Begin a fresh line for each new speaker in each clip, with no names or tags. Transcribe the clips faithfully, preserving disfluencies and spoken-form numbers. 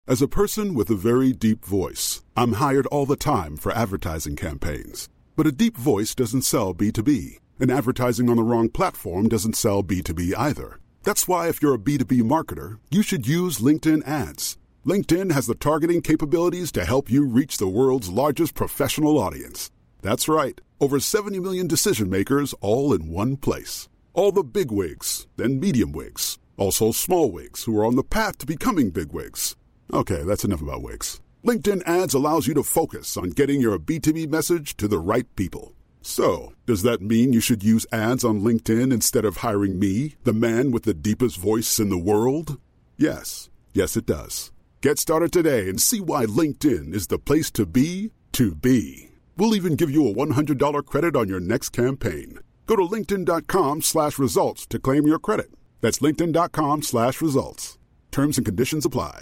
As a person with a very deep voice, I'm hired all the time for advertising campaigns. But a deep voice doesn't sell B two B, and advertising on the wrong platform doesn't sell B two B either. That's why if you're a B two B marketer, you should use LinkedIn ads. LinkedIn has the targeting capabilities to help you reach the world's largest professional audience. That's right, over seventy million decision makers all in one place. All the big wigs, then medium wigs, also small wigs who are on the path to becoming big wigs. Okay, that's enough about wigs. LinkedIn ads allows you to focus on getting your B two B message to the right people. So, does that mean you should use ads on LinkedIn instead of hiring me, the man with the deepest voice in the world? Yes. Yes, it does. Get started today and see why LinkedIn is the place to be to be. We'll even give you a one hundred dollars credit on your next campaign. Go to linkedin.com slash results to claim your credit. That's linkedin.com slash results. Terms and conditions apply.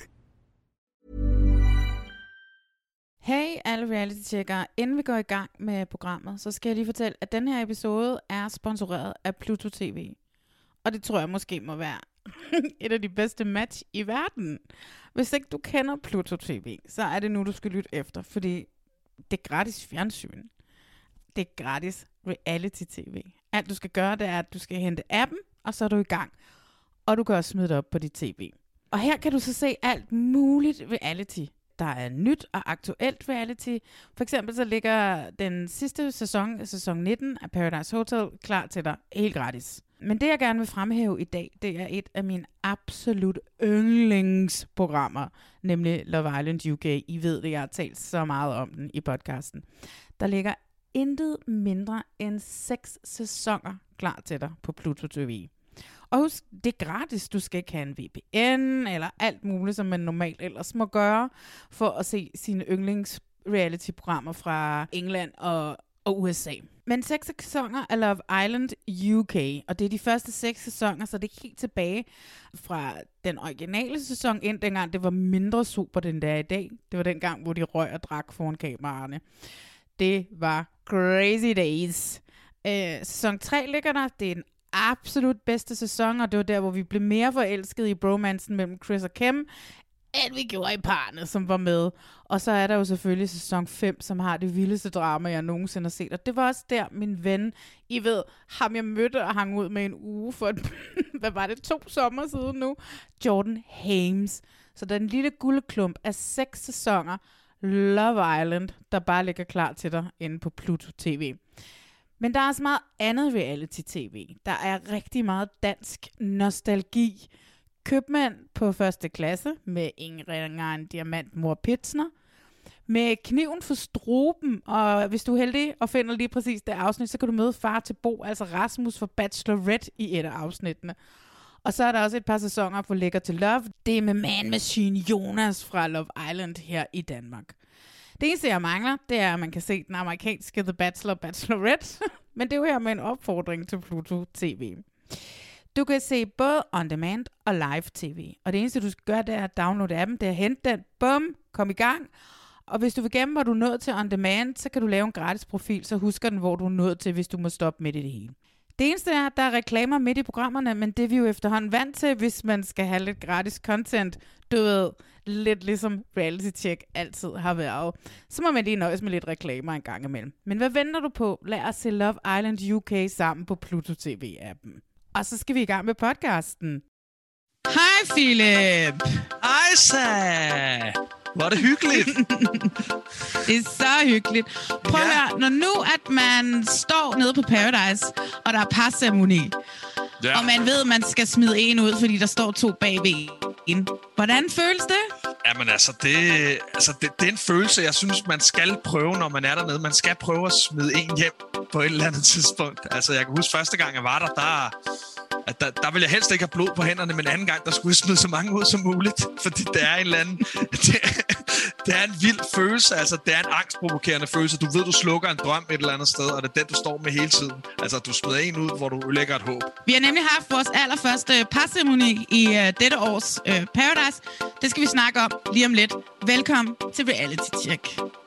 Hey alle reality-tjekkere, inden vi går i gang med programmet, så skal jeg lige fortælle, at den her episode er sponsoreret af Pluto T V. Og det tror jeg måske må være et af de bedste match i verden. Hvis ikke du kender Pluto T V, så er det nu, du skal lytte efter, fordi det er gratis fjernsyn. Det er gratis reality-T V. Alt du skal gøre, det er, at du skal hente appen, og så er du i gang. Og du kan også smide det op på dit tv. Og her kan du så se alt muligt reality. Der er nyt og aktuelt reality. For eksempel så ligger den sidste sæson, sæson nitten af Paradise Hotel, klar til dig helt gratis. Men det jeg gerne vil fremhæve i dag, det er et af mine absolut yndlingsprogrammer, nemlig Love Island U K. I ved det, jeg har talt så meget om den i podcasten. Der ligger intet mindre end seks sæsoner klar til dig på Pluto T V. Og husk, det er gratis. Du skal ikke have en V P N eller alt muligt, som man normalt ellers må gøre, for at se sine yndlings reality-programmer fra England og, og U S A. Men seks sæsoner af Love Island U K, og det er de første seks sæsoner, så det er helt tilbage fra den originale sæson ind, dengang det var mindre super, den der i dag. Det var dengang, hvor de røg og drak foran kameraerne. Det var crazy days. Øh, sæson tre ligger der. Det er den absolut bedste sæson, og det var der, hvor vi blev mere forelskede i bromansen mellem Chris og Kim, end vi gjorde i parne, som var med. Og så er der jo selvfølgelig sæson fem, som har det vildeste drama, jeg nogensinde har set. Og det var også der, min ven, I ved, ham jeg mødte og hang ud med en uge for, et, hvad var det, to sommer siden nu? Jordan Hames. Så den lille guldklump af seks sæsoner Love Island, der bare ligger klar til dig inde på Pluto T V. Men der er også meget andet reality-tv. Der er rigtig meget dansk nostalgi. Købmand på første klasse med ingen ringer en diamant mor Pitsner. Med kniven for struben, og hvis du er heldig og finder lige præcis det afsnit, så kan du møde far til Bo, altså Rasmus fra Bachelorette i et af afsnittene. Og så er der også et par sæsoner på Lækker til Love. Det er med Man Machine Jonas fra Love Island her i Danmark. Det eneste, jeg mangler, det er, at man kan se den amerikanske The Bachelor Bachelorette. Men det er jo her med en opfordring til Pluto T V. Du kan se både on demand og live tv. Og det eneste, du skal gøre, det er at downloade appen. Det er at hente den. Bum, kom i gang. Og hvis du vil gemme, hvor du er nået til on demand, så kan du lave en gratis profil, så husker den, hvor du er nået til, hvis du må stoppe midt i det hele. Det eneste er, at der er reklamer midt i programmerne, men det er vi jo efterhånden vant til, hvis man skal have lidt gratis content. Du ved, lidt ligesom reality check altid har været. Så må man lige nøjes med lidt reklamer en gang imellem. Men hvad venter du på? Lad os se Love Island U K sammen på Pluto T V-appen. Og så skal vi i gang med podcasten. Hej Philip!
Hej Sa! Hvor er det hyggeligt.
Det er så hyggeligt. Prøv ja. at høre, når nu at man står nede på Paradise, og der er parceremoni, ja. og man ved, at man skal smide en ud, fordi der står to bagved en. Hvordan føles det?
Jamen altså det, altså, det, det er en følelse, jeg synes, man skal prøve, når man er dernede. Man skal prøve at smide en hjem på et eller andet tidspunkt. Altså, jeg kan huske, første gang jeg var der, der... At der, der vil jeg helst ikke have blod på hænderne, men anden gang, der skulle jeg smide så mange ud som muligt. Fordi det er en eller anden... Det, det er en vild følelse, altså det er en angstprovokerende følelse. Du ved, du slukker en drøm et eller andet sted, og det er den, du står med hele tiden. Altså, du smider en ud, hvor du lægger et håb.
Vi har nemlig haft vores allerførste parceremoni i uh, dette års uh, Paradise. Det skal vi snakke om lige om lidt. Velkommen til Reality Check.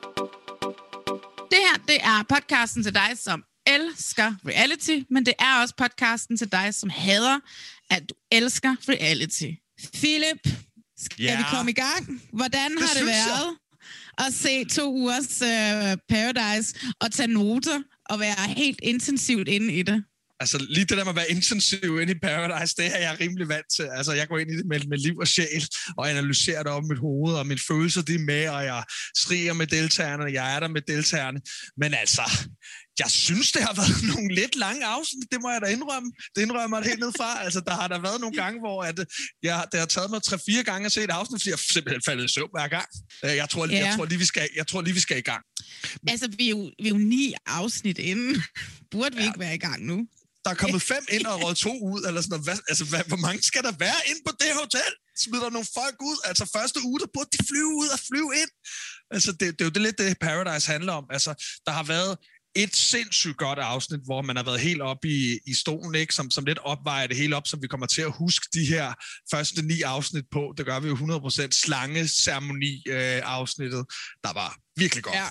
Det her, det er podcasten til dig, som elsker reality, men det er også podcasten til dig, som hader, at du elsker reality. Philip, Skal yeah. vi komme i gang? Hvordan det har det været jeg. at se to ugers uh, Paradise og tage noter og være helt intensivt inde i det?
Altså lige det der med at være intensiv inde i Paradise, det er jeg rimelig vant til. Altså jeg går ind i det med, med liv og sjæl og analyserer det op i mit hoved, og mine følelser de er med, og jeg skriger med deltagerne, og jeg er der med deltagerne. Men altså, jeg synes, det har været nogle lidt lange afsnit, det må jeg da indrømme. Det indrømmer jeg helt ned fra. Altså der har der været nogle gange, hvor at, jeg, det har taget mig tre-fire gange at se et afsnit, fordi jeg simpelthen faldet i søvn hver gang. Jeg tror, yeah. jeg, tror, lige, vi skal, jeg tror lige, vi skal i gang.
Men, altså vi er, jo, vi er jo ni afsnit inden. Burde vi ja. ikke være i gang nu?
Der er kommet fem ind og råd to ud, eller sådan noget. Hvad, altså, hvad, hvor mange skal der være ind på det hotel? Smider der nogle folk ud? Altså, første uge, der burde de flyve ud og flyve ind. Altså, det, det er jo det lidt, det Paradise handler om. Altså, der har været et sindssygt godt afsnit, hvor man har været helt op i, i stolen, ikke? Som, som lidt opvejer det hele op, som vi kommer til at huske de her første ni afsnit på. Det gør vi jo hundrede procent slangeceremoni-afsnittet, der var virkelig godt. Ja.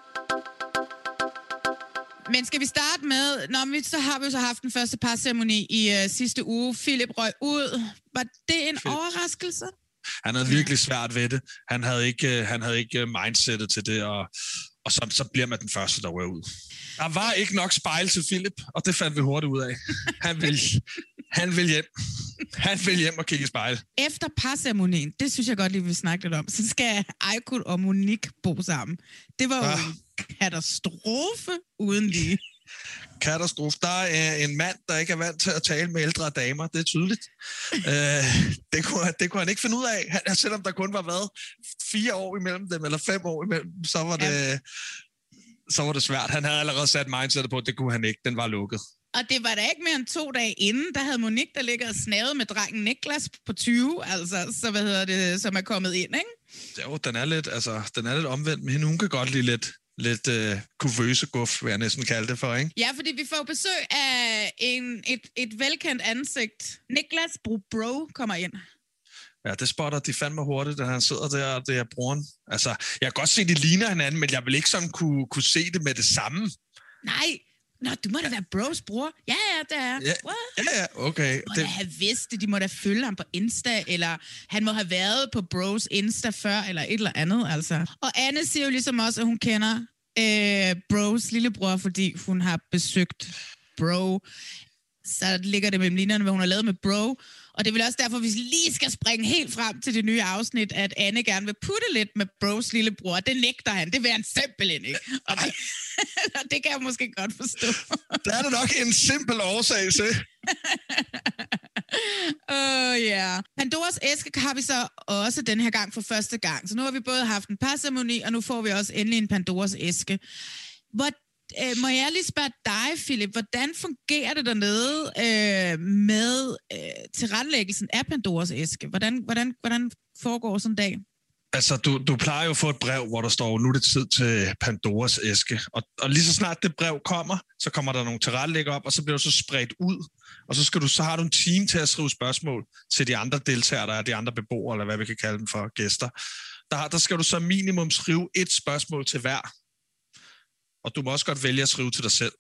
Men skal vi starte med, når vi så har vi jo så haft den første parceremoni i uh, sidste uge. Philip røg ud. Var det en Philip. overraskelse?
Han havde virkelig svært ved det. Han havde ikke, han havde ikke mindsetet til det, og, og så, så bliver man den første, der røg ud. Der var ikke nok spejl til Philip, og det fandt vi hurtigt ud af. Han vil, han vil hjem. Han vil hjem og kigge i spejl.
Efter parceremonien, det synes jeg godt lige, vi snakke lidt om, så skal Aykut og Monique bo sammen. Det var jo ah. en katastrofe uden lige.
Katastrofe. Der er en mand, der ikke er vant til at tale med ældre damer. Det er tydeligt. øh, det, kunne, det kunne han ikke finde ud af. Han, selvom der kun var været fire år imellem dem, eller fem år imellem, så var det, ja. så var det svært. Han havde allerede sat mindsetet på, at det kunne han ikke. Den var lukket.
Og det var da ikke mere end to dage inden, der havde Monique, der ligger og snavet med drengen Niklas på tyve, altså, så hvad hedder det, som er kommet ind, ikke?
Jo, den er lidt, altså, den er lidt omvendt, men hun kan godt lide lidt, lidt uh, kuvøse guf, vil jeg næsten kalde det for, ikke?
Ja, fordi vi får besøg af en, et, et velkendt ansigt. Niklas Bro, Bro kommer ind.
Ja, det spotter de fandme hurtigt, da han sidder der, og det er broren. Altså, jeg kan godt se, de ligner hinanden, men jeg vil ikke sådan kunne, kunne se det med det samme.
Nej, Nå, du må da være Bros bror. Ja, ja, det er.
Ja, ja, ja, okay.
De må
det...
da have vidst det. De må da følge ham på Insta, eller han må have været på Bros Insta før, eller et eller andet, altså. Og Anne siger jo ligesom også, at hun kender øh, Bros lillebror, fordi hun har besøgt Bro. Så ligger det mellem linjerne, hvad hun har lavet med Bro. Og det er vel også derfor, hvis vi lige skal springe helt frem til det nye afsnit, at Anne gerne vil putte lidt med Bros lillebror. Det nægter han. Det vil han simpelthen ikke. Og det, det kan jeg måske godt forstå.
Der er det nok en simpel årsag til.
Åh, oh, ja. Yeah. Pandoras æske har vi så også den her gang for første gang. Så nu har vi både haft en parceremoni, og nu får vi også endelig en Pandoras æske. Hvor Øh, må jeg lige spørge dig, Philip, hvordan fungerer det dernede øh, med øh, tilrettelæggelsen af Pandoras æske? Hvordan, hvordan, hvordan foregår sådan en dag?
Altså, du, du plejer jo at få et brev, hvor der står, nu er det tid til Pandoras æske. Og, og lige så snart det brev kommer, så kommer der nogle tilrettelægger op, og så bliver du så spredt ud. Og så, skal du, så har du en team til at skrive spørgsmål til de andre deltagere, der er de andre beboere, eller hvad vi kan kalde dem for, gæster. Der, der skal du så minimum skrive et spørgsmål til hver. Og du må også godt vælge at skrive til dig selv.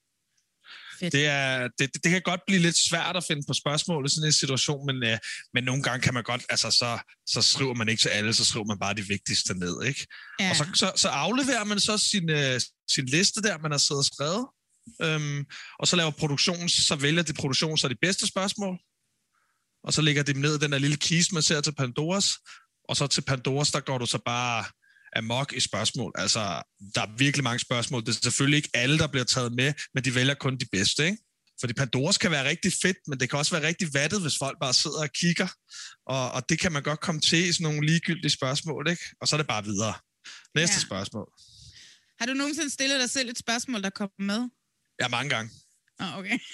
Det, er, det, det kan godt blive lidt svært at finde på spørgsmål i sådan en situation, men, uh, men nogle gange kan man godt, altså så, så skriver man ikke til alle, så skriver man bare de vigtigste ned, ikke? Ja. Og så, så, så afleverer man så sin, uh, sin liste der, man har siddet og skrevet, um, og så laver produktionen, så vælger de produktionen så de bedste spørgsmål, og så lægger de dem ned i den der lille kiste, man ser til Pandoras, og så til Pandoras, der går du så bare amok i spørgsmål. Altså, der er virkelig mange spørgsmål. Det er selvfølgelig ikke alle, der bliver taget med, men de vælger kun de bedste, ikke? Fordi Pandoras kan være rigtig fedt, men det kan også være rigtig vattet, hvis folk bare sidder og kigger. Og, og det kan man godt komme til i sådan nogle ligegyldige spørgsmål, ikke? Og så er det bare videre. Næste ja. spørgsmål.
Har du nogensinde stillet dig selv et spørgsmål, der kommer med?
Ja, mange gange.
Åh, oh, okay.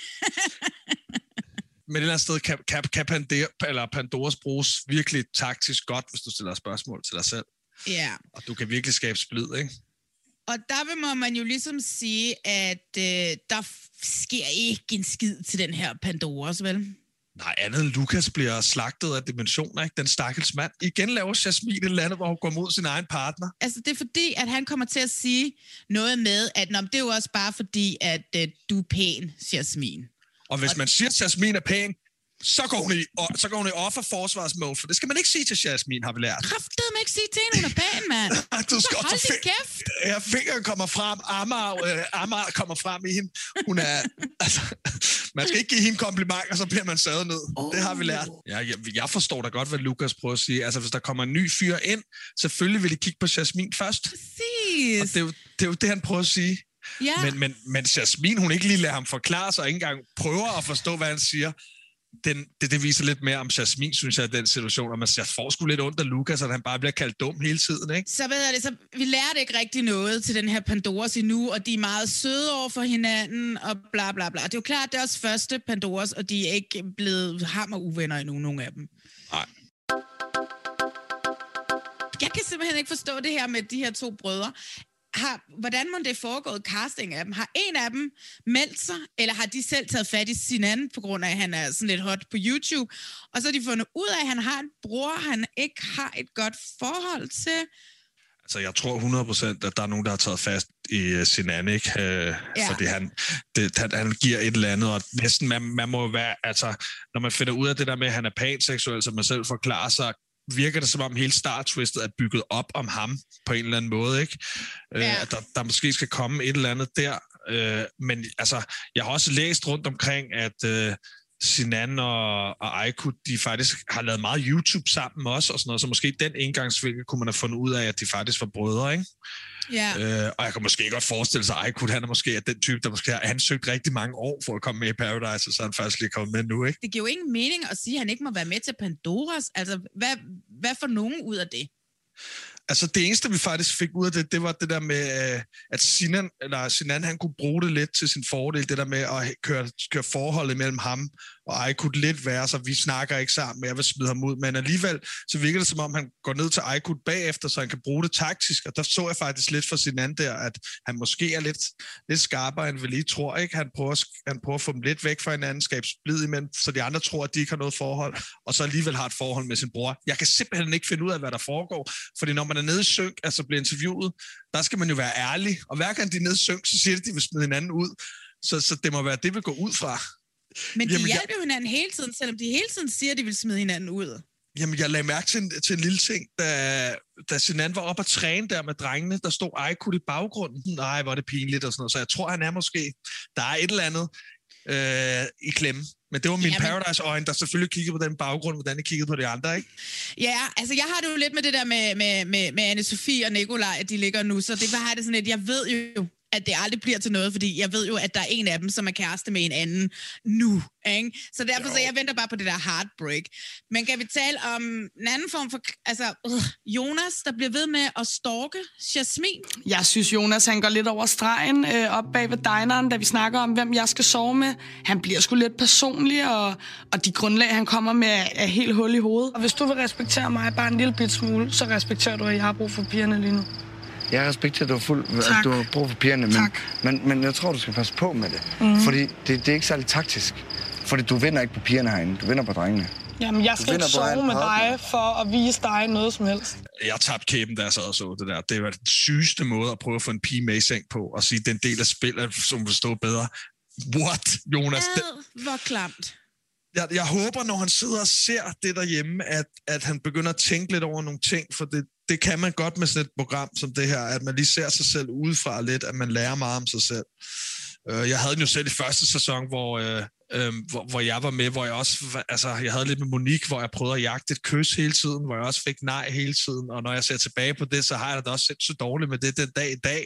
Men et eller andet sted kan, kan, kan Pandora, eller Pandoras bruges virkelig taktisk godt, hvis du stiller spørgsmål til dig selv.
Ja. Yeah.
Og du kan virkelig skabe splid, ikke?
Og der må man jo ligesom sige, at øh, der sker ikke en skid til den her Pandoras, vel?
Nej, andet end Lukas bliver slagtet af dimensioner, ikke? Den stakkels mand. Igen laver Jasmin et eller andet, hvor hun går mod sin egen partner.
Altså, det er fordi, at han kommer til at sige noget med, at nå, det er jo også bare fordi, at øh, du er pæn, Jasmin.
Og hvis og man siger, at Jasmin er pæn, så går hun i, så går hun i offer-forsvarsmode, for det skal man ikke sige til Jasmine, har vi lært.
Kraftedeme ikke sige til hende, hun er pæn, mand.
Du skal
hold
også
din kæft.
Ja, fingeren kommer frem, Amager, øh, Amager kommer frem i hende. Hun er, altså, man skal ikke give hende komplimenter, så bliver man sadet ned. Oh. Det har vi lært. Ja, jeg, jeg forstår da godt, hvad Lukas prøver at sige. Altså, hvis der kommer en ny fyr ind, selvfølgelig vil de kigge på Jasmine først.
Præcis.
Og det er, jo, det er jo det, han prøver at sige.
Ja.
Men, men, men Jasmine, hun ikke lige lader ham forklare sig, og ikke engang prøver at forstå, hvad han siger. Den, det, det viser lidt mere om Jasmine, synes jeg, i den situation, og man får sgu lidt ondt af Lukas, at han bare bliver kaldt dum hele tiden, ikke?
Så ved jeg det, så vi lærte ikke rigtig noget til den her Pandoras endnu, og de er meget søde over for hinanden, og bla bla bla. Det er jo klart, det er også første Pandoras, og de er ikke blevet hammer uvenner endnu, nogle af dem.
Nej.
Jeg kan simpelthen ikke forstå det her med de her to brødre. Har, hvordan må det foregået casting af dem? Har en af dem meldt sig, eller har de selv taget fat i sin anden, på grund af, at han er sådan lidt hot på YouTube, og så har de fundet ud af, at han har en bror, han ikke har et godt forhold til?
Altså, jeg tror hundrede procent, at der er nogen, der har taget fast i uh, sin anden, ikke? Uh, ja. Fordi han, det, han, han giver et eller andet, og næsten, man, man må være, altså, når man finder ud af det der med, at han er panseksuel, som man selv forklarer sig, virker det som om hele Star-twistet er bygget op om ham på en eller anden måde, ikke? Ja. Øh, at der, der måske skal komme et eller andet der. Øh, men altså, jeg har også læst rundt omkring, at øh, Sinan og, og Aykut, de faktisk har lavet meget YouTube sammen også, og sådan noget, så måske den indgangsvinkel kunne man have fundet ud af, at de faktisk var brødre, ikke? Ja. Øh, og jeg kan måske godt forestille sig, at Aykut, han er måske den type, der måske har ansøgt rigtig mange år for at komme med i Paradise, og så er han faktisk lige kommet med nu, ikke?
Det giver jo ingen mening at sige, at han ikke må være med til Pandoras. Altså, hvad, hvad får nogen ud af det?
Altså, det eneste, vi faktisk fik ud af det, det var det der med, at Sinan, eller Sinan, han kunne bruge det lidt til sin fordel, det der med at køre, køre forholdet mellem ham og Aykut lidt værre, så vi snakker ikke sammen, men jeg vil smide ham ud. Men alligevel, så virker det som om, han går ned til Aykut bagefter, så han kan bruge det taktisk, og der så jeg faktisk lidt for Sinan der, at han måske er lidt, lidt skarpere, end vi lige tror, ikke? Han prøver, han prøver at få dem lidt væk fra hinanden, skabe splid imellem, så de andre tror, at de ikke har noget forhold, og så alligevel har et forhold med sin bror. Jeg kan simpelthen ikke finde ud af, hvad der foregår, fordi når man er nede i synk, altså bliver interviewet, der skal man jo være ærlig, og hver gang de er nede i synk, så siger de, at de vil smide hinanden ud, så, så det må være det, vi går ud fra.
Men de Jamen, hjælper jo jeg... hinanden hele tiden, selvom de hele tiden siger, at de vil smide hinanden ud.
Jamen, jeg lagde mærke til en, til en lille ting, da, da Sinan var oppe at træne der med drengene, der stod Aykut i baggrunden. Nej, hvor er det pinligt og sådan noget. Så jeg tror, han er måske, der er et eller andet øh, i klemme. Men det var min Jamen. Paradise-øjne, der selvfølgelig kiggede på den baggrund, hvordan jeg kiggede på de andre, ikke?
Ja, altså jeg har det jo lidt med det der med, med, med, med Anne-Sophie og Nikolaj, at de ligger nu, så det var det sådan lidt, jeg ved jo, at det aldrig bliver til noget, fordi jeg ved jo, at der er en af dem, som er kæreste med en anden nu, ikke? Så derfor jo. så jeg venter bare på det der heartbreak. Men kan vi tale om en anden form for, altså øh, Jonas, der bliver ved med at stalke Jasmine?
Jeg synes, Jonas, han går lidt over stregen øh, op bag ved dineren, da vi snakker om, hvem jeg skal sove med. Han bliver sgu lidt personlig, og, og de grundlag, han kommer med, er, er helt hul i hovedet. Og hvis du vil respektere mig bare en lille bit smule, så respekterer du, at jeg har brug for pigerne lige nu.
Jeg respekterer, at du har, fuld, at du har brug for pigerne, men, men, men jeg tror, du skal passe på med det. Mm. Fordi det, det er ikke særlig taktisk. Fordi du vinder ikke på pigerne herinde, du vinder på drengene.
Jamen, jeg skal ikke sove med dig for at vise dig noget som helst.
Jeg tabte kæben, da jeg sad og så det der. Det var den sygeste måde at prøve at få en pige med i seng på, og sige, den del af spillet, som vil stå bedre. What, Jonas?
Ad, hvor klamt.
Jeg, jeg håber, når han sidder og ser det derhjemme, at, at han begynder at tænke lidt over nogle ting, for det, det kan man godt med sådan et program som det her, at man lige ser sig selv udefra lidt, at man lærer meget om sig selv. Uh, jeg havde den jo selv i første sæson, hvor, uh, uh, hvor, hvor jeg var med, hvor jeg også, altså jeg havde lidt med Monique, hvor jeg prøvede at jagte et kys hele tiden, hvor jeg også fik nej hele tiden, og når jeg ser tilbage på det, så har jeg da også set så dårligt med det den dag i dag.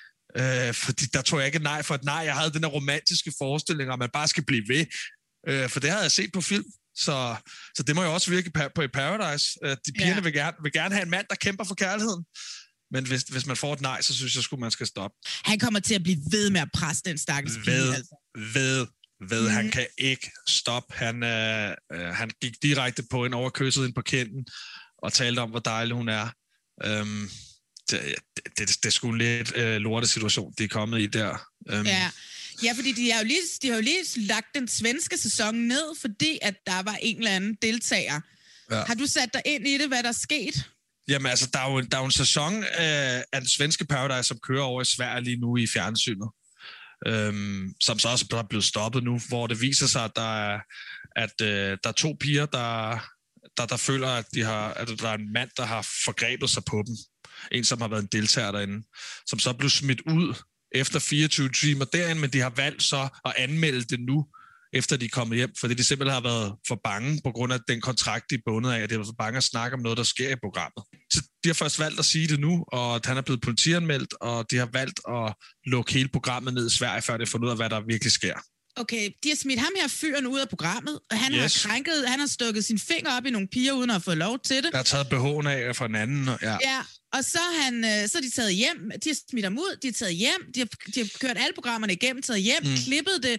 Uh, fordi der tog jeg ikke nej for et nej. Jeg havde den der romantiske forestilling, at man bare skal blive ved. Uh, for det havde jeg set på film. Så, så det må jo også virke på i Paradise. Uh, de pigerne ja. vil, gerne, vil gerne have en mand, der kæmper for kærligheden. Men hvis, hvis man får et nej, så synes jeg sgu, man skal stoppe.
Han kommer til at blive ved med at presse den stakkels pige.
Ved,
altså.
ved, ved. Mm. Han kan ikke stoppe. Han, øh, øh, han gik direkte på en overkysset ind på kinden og talte om, hvor dejlig hun er. Um, det, det, det, det er sgu en lidt øh, lorte situation, de er kommet i der. Um,
ja. Ja, fordi de har, jo lige, de har jo lige lagt den svenske sæson ned, fordi at der var en eller anden deltager. Ja. Har du sat dig ind i det, hvad der er sket?
Jamen altså, der er jo, der er jo en sæson øh, af den svenske Paradise, som kører over i Sverige lige nu i fjernsynet. øhm, som så også er blevet stoppet nu, hvor det viser sig, at der er, at, øh, der er to piger, der, der, der føler, at, de har, at der er en mand, der har forgrebet sig på dem. En, som har været en deltager derinde, som så blev smidt ud efter fireogtyve timer derinde, men de har valgt så at anmelde det nu, efter de er kommet hjem, fordi de simpelthen har været for bange på grund af den kontrakt, de er bundet af, at de har været for bange at snakke om noget, der sker i programmet. Så de har først valgt at sige det nu, og han er blevet politianmeldt, og de har valgt at lukke hele programmet ned i Sverige, før de har fundet ud af, hvad der virkelig sker.
Okay, de har smidt ham her fyren ud af programmet, og han
yes.
har krænket, han har stukket sin finger op i nogle piger, uden at have fået lov til det.
Der har taget B H'en af fra en anden, og ja.
Ja, og så er, han, så er de taget hjem, de har smidt ham ud, de har taget hjem, de har, de har kørt alle programmerne igennem, taget hjem, mm. klippet det,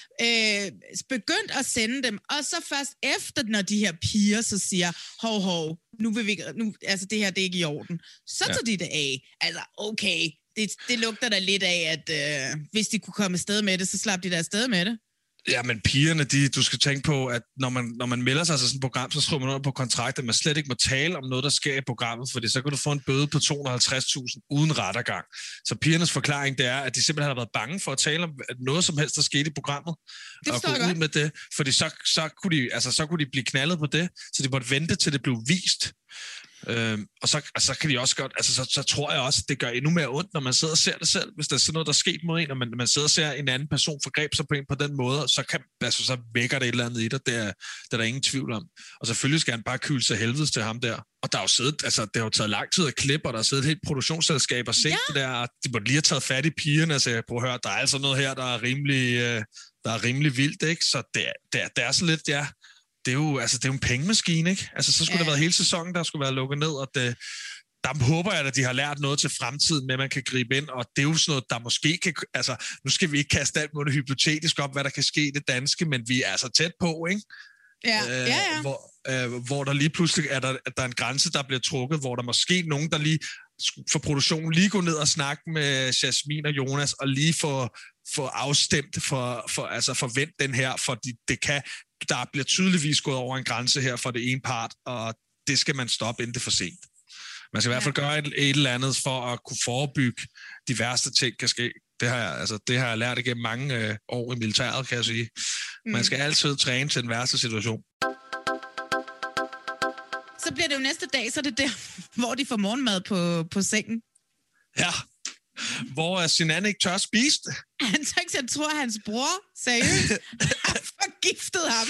øh, begyndt at sende dem, og så først efter, når de her piger så siger, hov, hov, nu vil vi, nu, altså det her, det er ikke i orden, så ja. tager de det af. Altså, okay, det, det lugter da lidt af, at øh, hvis de kunne komme afsted med det, så slap de der afsted med det.
Ja, men pigerne, de, du skal tænke på, at når man, når man melder sig til sådan et program, så skriver man under på kontrakt, at man slet ikke må tale om noget, der sker i programmet, fordi så kan du få en bøde på to hundrede og halvtreds tusind uden rettergang. Så pigernes forklaring, det er, at de simpelthen har været bange for at tale om noget som helst, der skete i programmet,
det
og gå ud med det, fordi så, så, kunne de, altså, så kunne de blive knaldet på det, så de måtte vente til det blev vist. Øhm, og så, altså, så kan de også godt, altså så, så tror jeg også, at det gør endnu mere ondt, når man sidder og ser det selv. Hvis der er sådan noget, der er sket mod en, og man, man sidder og ser en anden person forgrebe sig på en på den måde, så, kan, altså, så vækker det et eller andet i dig, det er, det er der ingen tvivl om. Og selvfølgelig skal han bare kyle sig helvedes til ham der. Og der er jo siddet, altså det har jo taget lang tid at klippe, og der er siddet et helt produktionsselskab og set ja. det der, de måtte lige have taget fat i pigerne og sige, prøv at høre, der er altså noget her, der er rimelig, øh, der er rimelig vildt, ikke? Så det, det, det er så lidt, ja... Det er jo, altså, det er jo en pengemaskine, ikke? Altså, så skulle ja. der have været hele sæsonen, der skulle være lukket ned, og det, der håber jeg, at de har lært noget til fremtiden med, at man kan gribe ind, og det er jo sådan noget, der måske kan, altså, nu skal vi ikke kaste alt muligt hypotetisk op, hvad der kan ske i det danske, men vi er altså tæt på, ikke?
Ja, øh, ja, ja.
Hvor, øh, hvor der lige pludselig er der, at der er en grænse, der bliver trukket, hvor der måske nogen, der lige for produktionen lige går ned og snakke med Jasmin og Jonas, og lige få, få afstemt for, for, altså forvent den her, fordi det kan, der bliver tydeligvis gået over en grænse her for det ene part, og det skal man stoppe, inden det er for sent. Man skal i hvert fald gøre et, et eller andet for at kunne forebygge de værste ting, kan ske. Det har jeg, altså, det har jeg lært igennem mange øh, år i militæret, kan jeg sige. Man skal altid træne til den værste situation.
Så bliver det jo næste dag, så er det der, hvor de får morgenmad på, på sengen.
Ja, hvor uh, Sinan ikke tør spise det.
Han tænkte, jeg tror, at hans bror seriøst har forgiftet ham.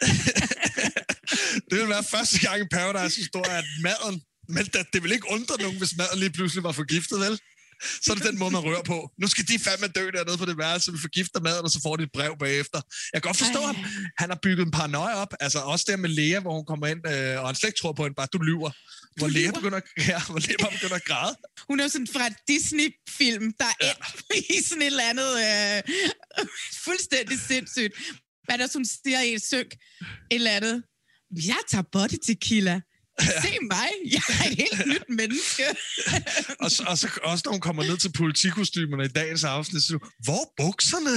Det vil være første gang i Paradise historie, at maden, men det, det vil ikke undre nogen, hvis maden lige pludselig var forgiftet, vel? Så er det den måde, man rører på. Nu skal de fandme dø dernede på det værelse, så vi forgifter maden, og så får de et brev bagefter. Jeg kan godt forstå ham. Han har bygget en paranoia op. Altså også der med Lea, hvor hun kommer ind, øh, og han slet ikke tror på hende, bare du lyver. Hvor Lea begynder, ja, hvor Lea bare begynder at græde.
Hun er jo sådan fra et Disney-film, der er ja. ind i sådan et eller andet øh, fuldstændig sindssygt. Hvad der sådan siger i et synk, et eller andet. Jeg tager body tequila. Se mig, jeg er et helt nyt menneske.
og, så, og så også når hun kommer ned til politikostymerne i dagens afsnit, så hvor er bukserne?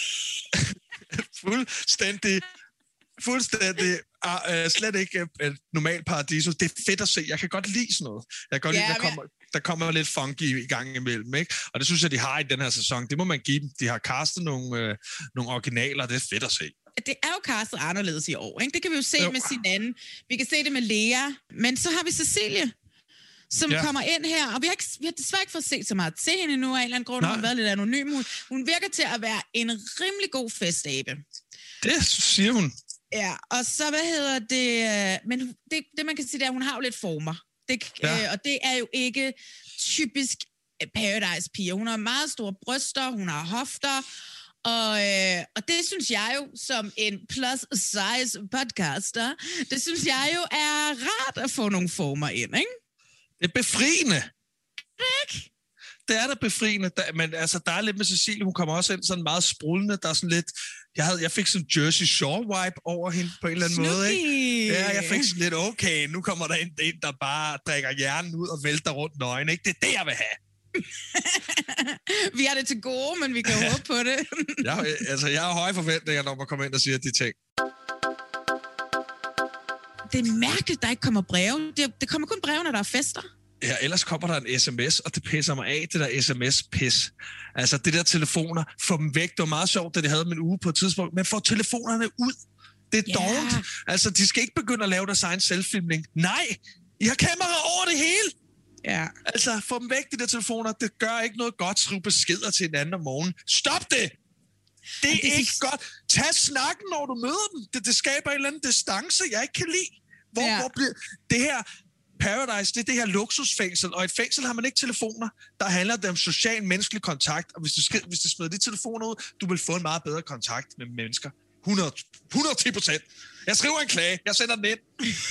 fuldstændig, fuldstændig, uh, slet ikke et normalt paradiso. Det er fedt at se, jeg kan godt lide sådan noget. Jeg kan godt ja, lide, der kommer, der kommer lidt funky i gang imellem, ikke? Og det synes jeg, de har i den her sæson. Det må man give dem. De har castet nogle, øh, nogle originaler, det er fedt at se.
Det er jo castet anderledes i år, ikke? Det kan vi jo se jo. med sin anden. Vi kan se det med Lea, men så har vi Cecilie, som ja. kommer ind her, og vi har, ikke, vi har desværre ikke fået set så meget til hende nu, af en eller anden grund, hun har været lidt anonym. Hun, hun virker til at være en rimelig god festabe.
Det siger hun.
Ja, og så, hvad hedder det, men det, det man kan sige, det er, at hun har jo lidt former. Det, ja. øh, og det er jo ikke typisk Paradise-piger. Hun har meget store bryster, hun har hofter, Og, øh, og det synes jeg jo, som en plus-size podcaster, det synes jeg jo er rart at få nogle former ind, ikke?
Det er befriende.
Ikke?
Det er da befriende, der, men altså, der er lidt med Cecilie, hun kommer også ind sådan meget sprudlende, der er sådan lidt, jeg, havde, jeg fik sådan Jersey Shore-vibe over hende på en eller anden
Snuki.
måde, ikke? Ja, jeg fik sådan lidt, okay, nu kommer der en, en der bare drikker hjernen ud og vælter rundt nøgen, ikke? Det er det, jeg vil have.
Vi har det til gode, men vi kan håbe på det.
jeg, altså, jeg har høje forventninger, når man kommer ind og siger de ting.
Det er mærkeligt, der ikke kommer breve. Det, det kommer kun breve, når der er fester.
Ja, ellers kommer der en sms, og det pisser mig af, det der sms-pis. Altså, det der telefoner, få dem væk. Det var meget sjovt, da de havde dem en uge på et tidspunkt, men få telefonerne ud. Det er yeah. dårligt. Altså, de skal ikke begynde at lave deres egen selvfilmning. Nej, I har kamera over det hele.
Ja.
Altså, få dem væk, de der telefoner. Det gør ikke noget godt, skrive beskeder til hinanden om morgenen. Stop det! Det er det ikke er... godt. Tag snakken, når du møder dem. Det, det skaber en eller anden distance, jeg ikke kan lide. Hvor, ja. hvor bliver det her... Paradise, det er det her luksusfængsel, og i et fængsel har man ikke telefoner. Der handler det om social, menneskelig kontakt, og hvis du, skal, hvis du smider de telefoner ud, du vil få en meget bedre kontakt med mennesker. hundrede, hundrede og ti procent. Jeg skriver en klage, jeg sender den ind.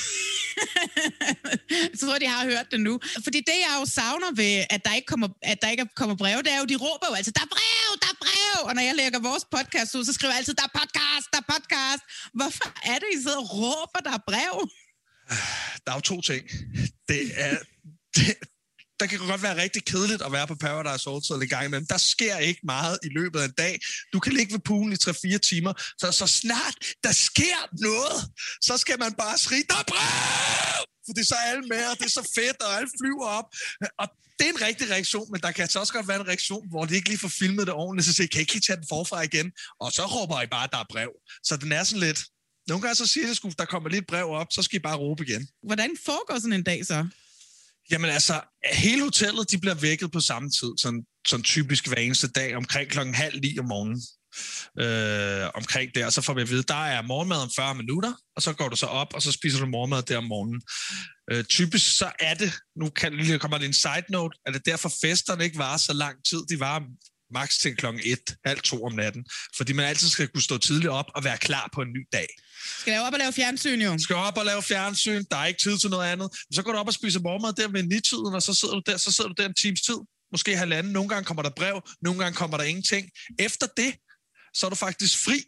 Så tror jeg, de har hørt det nu. Fordi det, jeg jo savner ved, at der ikke kommer, at der ikke kommer brev, det er jo, de råber jo altid, der er brev, der er brev! Og når jeg lægger vores podcast ud, så skriver jeg altid, der er podcast, der er podcast! Hvorfor er det, I sidder og råber, der er brev?
Der er jo to ting. Det er, det, der kan godt være rigtig kedeligt at være på Paradise Hotel i gang imellem. Der sker ikke meget i løbet af en dag. Du kan ligge ved poolen i tre fire timer, så, så snart der sker noget, så skal man bare skrige, der er brev! For det er så alle med, og det er så fedt, og alle flyver op. Og det er en rigtig reaktion, men der kan så også godt være en reaktion, hvor de ikke lige får filmet det ordentligt, så siger, kan I ikke tage den forfra igen? Og så råber I bare, at der er brev. Så den er sådan lidt... Nogle gange så siger det sgu, der kommer lidt brev op, så skal I bare råbe igen.
Hvordan foregår sådan en dag så?
Jamen altså, hele hotellet, de bliver vækket på samme tid, sådan, sådan typisk hver eneste dag, omkring klokken halv ni om morgenen. Øh, omkring der, og så får vi at vide, der er morgenmad om fyrre minutter, og så går du så op, og så spiser du morgenmad der om morgenen. Øh, typisk så er det, nu kan, lige kommer det en side note, at det derfor festerne ikke varer så lang tid, de varer maks til klokken et, halv to om natten, fordi man altid skal kunne stå tidligt op og være klar på en ny dag.
Skal jeg op og lave fjernsyn, jo?
Skal op og lave fjernsyn, der er ikke tid til noget andet. Så går du op og spiser morgenmad der ved ni-tiden, og så sidder du der, så sidder du der en times tid, måske halvanden. Nogle gange kommer der brev, nogle gange kommer der ingenting. Efter det, så er du faktisk fri,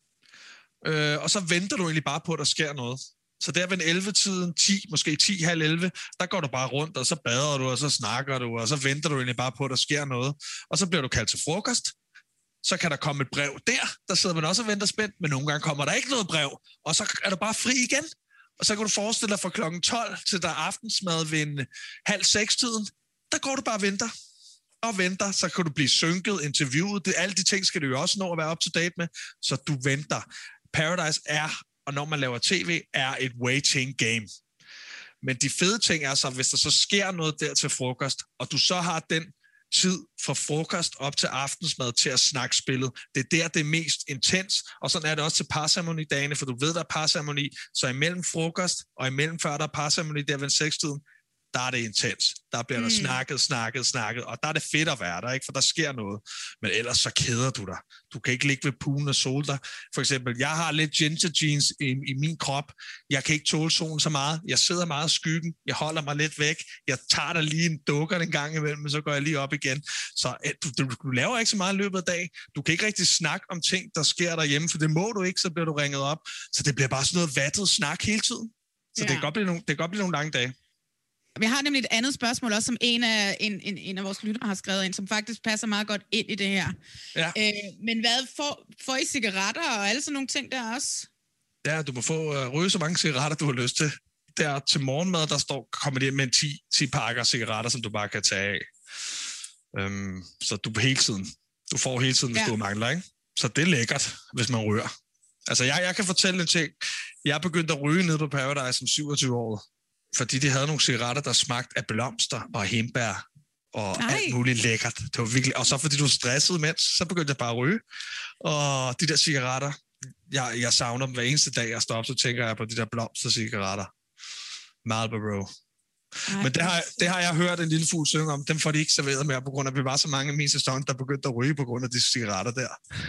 øh, og så venter du egentlig bare på, at der sker noget. Så der ved en elleve-tiden, ti, måske ti, halv elleve, der går du bare rundt, og så bader du, og så snakker du, og så venter du egentlig bare på, at der sker noget. Og så bliver du kaldt til frokost. Så kan der komme et brev der, der sidder man også og venter spændt, men nogle gange kommer der ikke noget brev, og så er du bare fri igen. Og så kan du forestille dig fra klokken tolv til der er aftensmad ved en halv seks-tiden, der går du bare og venter. Og venter, så kan du blive synket, interviewet. Det, alle de ting skal du jo også nå at være up to date med, så du venter. Paradise er, og når man laver tv, er et waiting game. Men de fede ting er så, hvis der så sker noget der til frokost, og du så har den tid fra frokost op til aftensmad til at snakke spillet. Det er der, det er mest intens, og sådan er det også til parceremonidagene, for du ved, der er parceremoni, så imellem frokost og imellem før der er parceremoni der ved seks-tiden, der er det intens. Der bliver mm. der snakket, snakket, snakket, og der er det fedt at være der, ikke? For der sker noget. Men ellers så keder du dig. Du kan ikke ligge ved poolen og sole dig. For eksempel, jeg har lidt ginger jeans i, i min krop. Jeg kan ikke tåle solen så meget. Jeg sidder meget i skyggen. Jeg holder mig lidt væk. Jeg tager der lige en dukker en gang imellem, men så går jeg lige op igen. Så du, du, du laver ikke så meget i løbet af dagen. Du kan ikke rigtig snakke om ting, der sker derhjemme, for det må du ikke, så bliver du ringet op. Så det bliver bare sådan noget vattet snak hele tiden. Så ja. det, kan godt blive nogle, det kan godt blive nogle lange dage.
Vi har nemlig et andet spørgsmål også, som en af, en, en, en af vores lyttere har skrevet ind, som faktisk passer meget godt ind i det her.
Ja.
Øh, men hvad, får, får I cigaretter og alle sådan nogle ting der også?
Ja, du må få uh, ryge så mange cigaretter, du har lyst til. Der til morgenmad, der står, kommer de med ti, ti pakker cigaretter, som du bare kan tage af. Um, så du hele tiden, du får hele tiden, hvis ja. du mangler, ikke? Så det er lækkert, hvis man ryger. Altså, jeg, jeg kan fortælle en ting. Jeg begyndte at ryge nede på Paradise som syvogtyve år. Fordi de havde nogle cigaretter, der smagte af blomster og hindbær og Ej. alt muligt lækkert. Det var virkelig... Og så fordi du var stresset imens, så begyndte jeg bare at ryge. Og de der cigaretter, jeg, jeg savner dem hver eneste dag, jeg står op, så tænker jeg på de der blomstercigaretter. Marlboro. Ej. Men det har, det har jeg hørt en lille fugl synge om. Dem får de ikke serveret mere, på grund af, at vi var så mange i min sæson, der begyndte at ryge på grund af de cigaretter der.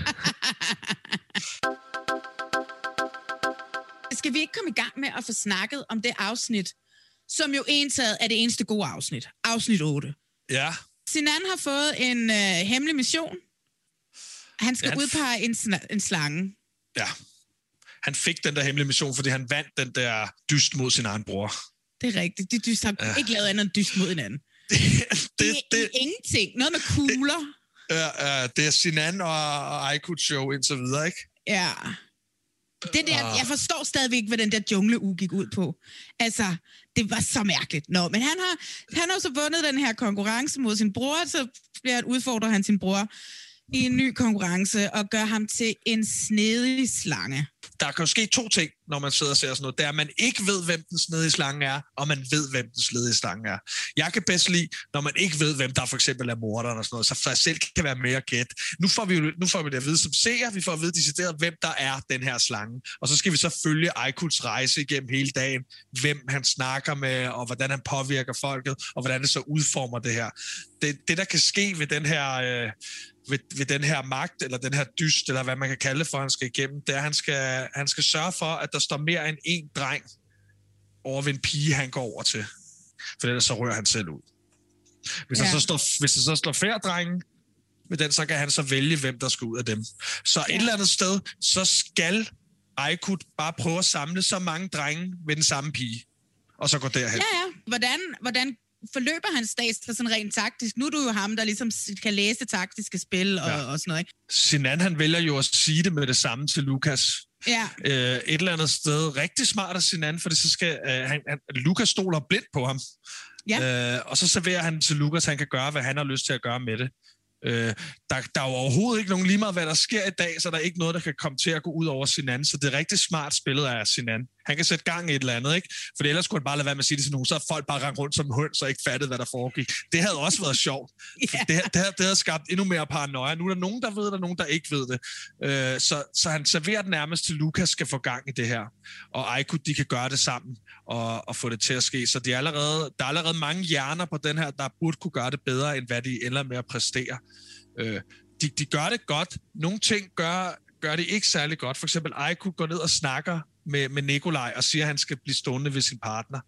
Skal vi ikke komme i gang med at få snakket om det afsnit, som jo entaget er det eneste gode afsnit. Afsnit otte.
Ja.
Sinan har fået en øh, hemmelig mission. Han skal ja, han udpege en, sn- en slange.
Ja. Han fik den der hemmelige mission, fordi han vandt den der dyst mod sin egen bror.
Det er rigtigt. De dyst har ja. ikke lavet andet end dyst mod hinanden.
det,
det, det, det er ingenting. Noget med kugler.
Det, ja, det er Sinan og, og Aykut show indtil videre, ikke?
Ja. Det der, jeg forstår stadigvæk ikke, hvad den der jungleuge gik ud på. Altså, det var så mærkeligt. Nå, men han har, han har så vundet den her konkurrence mod sin bror, så bliver udfordrer han sin bror i en ny konkurrence og gør ham til en snedig slange.
Der kan jo ske to ting, når man sidder og ser sådan noget. Det er, at man ikke ved, hvem den snedige slange er, og man ved, hvem den snedige slange er. Jeg kan bedst lide, når man ikke ved, hvem der for eksempel er morderen og sådan noget, så for jeg selv kan være mere gæt. Nu får vi jo nu får vi det at vide som seer, vi får at vide decideret, hvem der er den her slange. Og så skal vi så følge Aikuts rejse igennem hele dagen, hvem han snakker med, og hvordan han påvirker folket, og hvordan det så udformer det her. Det, det der kan ske ved den her... Øh, Ved, ved den her magt, eller den her dyst, eller hvad man kan kalde det for, han skal igennem, det er, at han skal, han skal sørge for, at der står mere end én dreng over ved en pige, han går over til. For ellers så rører han selv ud. Hvis, ja. der, så står, hvis der så står færre drenge med den, så kan han så vælge, hvem der skal ud af dem. Så ja. Et eller andet sted, så skal Aikut bare prøve at samle så mange drenge ved den samme pige, og så gå derhen.
Ja, ja. Hvordan... hvordan forløber hans dags sådan rent taktisk? Nu er du jo ham, der ligesom kan læse det taktiske spil og, ja. og sådan noget, ikke?
Sinan, han vælger jo at sige det med det samme til Lukas.
Ja.
Øh, et eller andet sted. Rigtig smart af Sinan, for det så skal... Øh, han, han, Lukas stoler blindt på ham. Ja. Øh, og så serverer han til Lukas, han kan gøre, hvad han har lyst til at gøre med det. Øh, der, der er jo overhovedet ikke nogen lige meget, hvad der sker i dag, så der er ikke noget, der kan komme til at gå ud over Sinan. Så det er rigtig smart spillet af Sinan. Han kan sætte gang i et eller andet, ikke? For ellers skulle han bare lade være med at sige det til nogen, så er folk bare rendt rundt som høns og ikke fattet, hvad der foregik. Det havde også været sjovt. Yeah. Det, det, havde, det havde skabt endnu mere paranoia. Nu er der nogen, der ved det, og nogen, der ikke ved det. Øh, så, så han serverer det nærmest til, Lukas skal få gang i det her. Og Aikut, de kan gøre det sammen og, og få det til at ske. Så de er allerede, der er allerede mange hjerner på den her, der burde kunne gøre det bedre, end hvad de ender med at præstere. Øh, de, de gør det godt. Nogle ting gør, gør det ikke særlig godt. For eksempel Aikut går ned og snakker med, med Nikolaj og siger, at han skal blive stående ved sin partner.